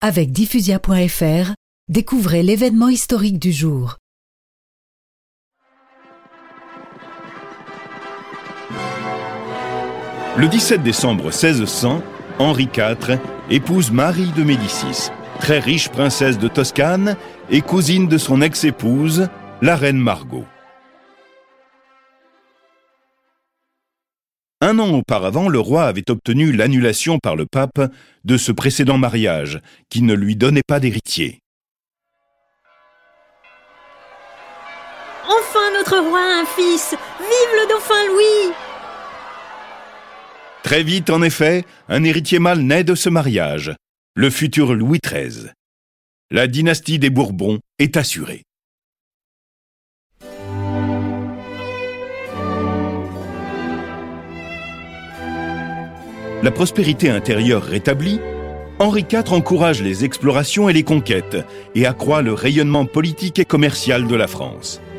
Avec diffusia.fr, découvrez l'événement historique du jour. Le 17 décembre 1600, Henri IV épouse Marie de Médicis, très riche princesse de Toscane et cousine de son ex-épouse, la reine Margot. Un an auparavant, le roi avait obtenu l'annulation par le pape de ce précédent mariage, qui ne lui donnait pas d'héritier. Enfin notre roi a un fils! Vive le dauphin Louis! Très vite, en effet, un héritier mâle naît de ce mariage, le futur Louis XIII. La dynastie des Bourbons est assurée. La prospérité intérieure rétablie, Henri IV encourage les explorations et les conquêtes et accroît le rayonnement politique et commercial de la France.